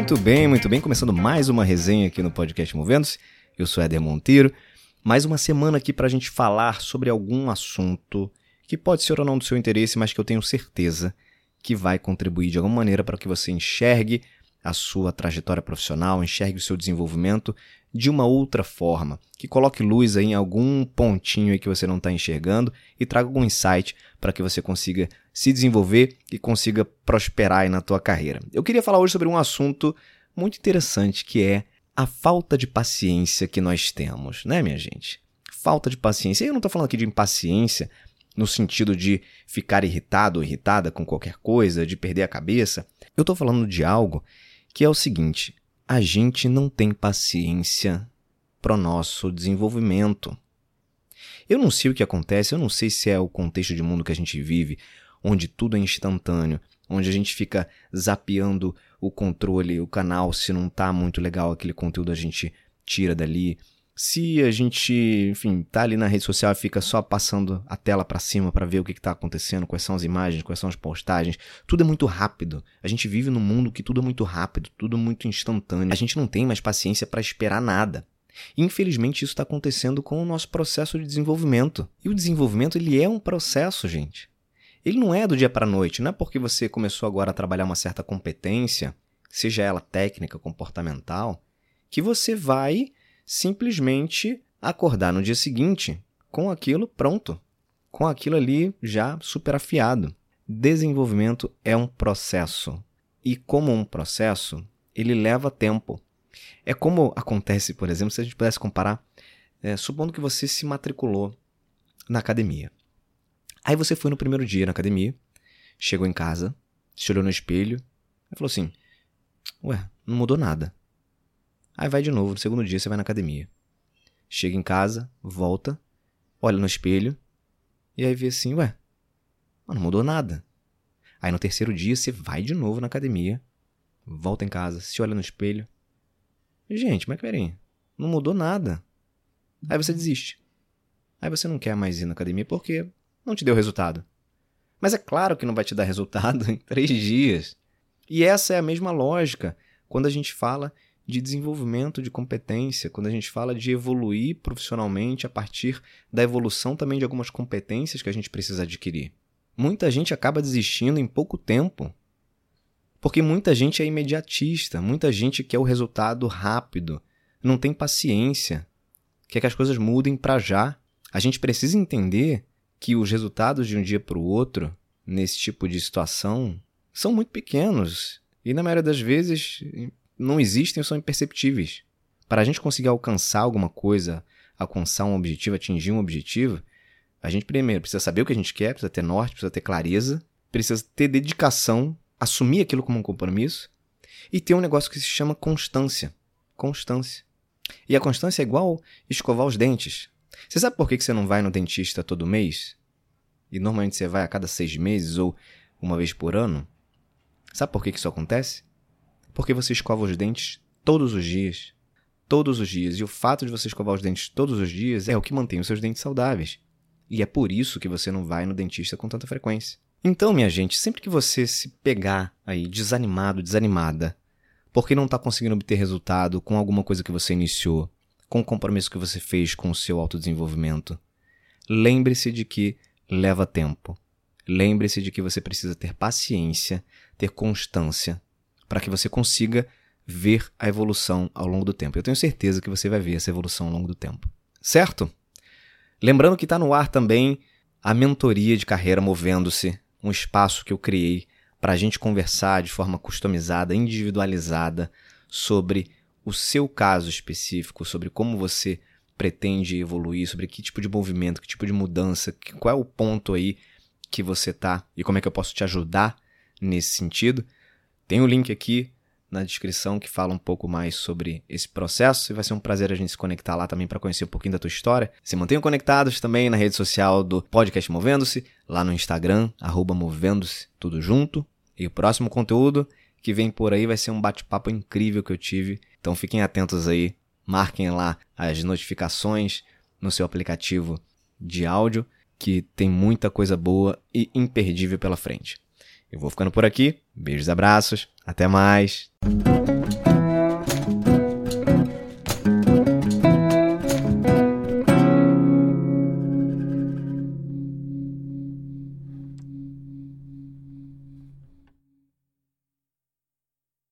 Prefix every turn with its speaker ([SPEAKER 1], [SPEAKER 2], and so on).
[SPEAKER 1] Muito bem. Começando mais uma resenha aqui no podcast Movendo-se. Eu sou Éder Monteiro. Mais uma semana aqui para a gente falar sobre algum assunto que pode ser ou não do seu interesse, mas que eu tenho certeza que vai contribuir de alguma maneira para que você enxergue a sua trajetória profissional, enxergue o seu desenvolvimento de uma outra forma, que coloque luz aí em algum pontinho aí que você não está enxergando e traga algum insight para que você consiga se desenvolver e consiga prosperar aí na tua carreira. Eu queria falar hoje sobre um assunto muito interessante, que é a falta de paciência que nós temos, né, minha gente? Falta de paciência. E eu não estou falando aqui de impaciência no sentido de ficar irritado ou irritada com qualquer coisa, de perder a cabeça. Eu estou falando de algo que é o seguinte: a gente não tem paciência para o nosso desenvolvimento. Eu não sei o que acontece, eu não sei se é o contexto de mundo que a gente vive, onde tudo é instantâneo, onde a gente fica zapeando o controle, o canal, se não está muito legal aquele conteúdo a gente tira dali. Se a gente, enfim, tá ali na rede social e fica só passando a tela para cima para ver o que está acontecendo, quais são as imagens, quais são as postagens, tudo é muito rápido. A gente vive num mundo que tudo é muito rápido, tudo muito instantâneo. A gente não tem mais paciência para esperar nada. E, infelizmente, isso está acontecendo com o nosso processo de desenvolvimento. E o desenvolvimento, ele é um processo, gente. Ele não é do dia para a noite. Não é porque você começou agora a trabalhar uma certa competência, seja ela técnica, comportamental, que você vai simplesmente acordar no dia seguinte com aquilo pronto, com aquilo ali já super afiado. Desenvolvimento é um processo. E como um processo, ele leva tempo. É como acontece, por exemplo, se a gente pudesse comparar, supondo que você se matriculou na academia. Aí você foi no primeiro dia na academia, chegou em casa, se olhou no espelho e falou assim: ué, não mudou nada. Aí vai de novo, no segundo dia você vai na academia. Chega em casa, volta, olha no espelho e aí vê assim: ué, não mudou nada. Aí no terceiro dia você vai de novo na academia, volta em casa, se olha no espelho. Gente, mas peraí, não mudou nada. Aí você desiste. Aí você não quer mais ir na academia porque não te deu resultado. Mas é claro que não vai te dar resultado em 3 dias. E essa é a mesma lógica quando a gente fala de desenvolvimento de competência, quando a gente fala de evoluir profissionalmente a partir da evolução também de algumas competências que a gente precisa adquirir. Muita gente acaba desistindo em pouco tempo, porque muita gente é imediatista, muita gente quer o resultado rápido, não tem paciência, quer que as coisas mudem para já. A gente precisa entender que os resultados de um dia para o outro, nesse tipo de situação, são muito pequenos e, na maioria das vezes, não existem ou são imperceptíveis. Para a gente conseguir alcançar alguma coisa, alcançar um objetivo, atingir um objetivo, a gente primeiro precisa saber o que a gente quer, precisa ter norte, precisa ter clareza, precisa ter dedicação, assumir aquilo como um compromisso e ter um negócio que se chama constância. Constância. E a constância é igual escovar os dentes. Você sabe por que você não vai no dentista todo mês? E normalmente você vai a cada 6 meses ou uma vez por ano? Sabe por que isso acontece? Porque você escova os dentes todos os dias. Todos os dias. E o fato de você escovar os dentes todos os dias é o que mantém os seus dentes saudáveis. E é por isso que você não vai no dentista com tanta frequência. Então, minha gente, sempre que você se pegar aí desanimado, desanimada, porque não está conseguindo obter resultado com alguma coisa que você iniciou, com o compromisso que você fez com o seu autodesenvolvimento, lembre-se de que leva tempo. Lembre-se de que você precisa ter paciência, ter constância, para que você consiga ver a evolução ao longo do tempo. Eu tenho certeza que você vai ver essa evolução ao longo do tempo. Certo? Lembrando que está no ar também a mentoria de carreira Movendo-se, um espaço que eu criei para a gente conversar de forma customizada, individualizada, sobre o seu caso específico, sobre como você pretende evoluir, sobre que tipo de movimento, que tipo de mudança, qual é o ponto aí que você está e como é que eu posso te ajudar nesse sentido. Tem um link aqui na descrição que fala um pouco mais sobre esse processo e vai ser um prazer a gente se conectar lá também para conhecer um pouquinho da tua história. Se mantenham conectados também na rede social do Podcast Movendo-se, lá no Instagram, @Movendo-se, tudo junto. E o próximo conteúdo que vem por aí vai ser um bate-papo incrível que eu tive. Então fiquem atentos aí, marquem lá as notificações no seu aplicativo de áudio, que tem muita coisa boa e imperdível pela frente. Eu vou ficando por aqui. Beijos e abraços. Até mais.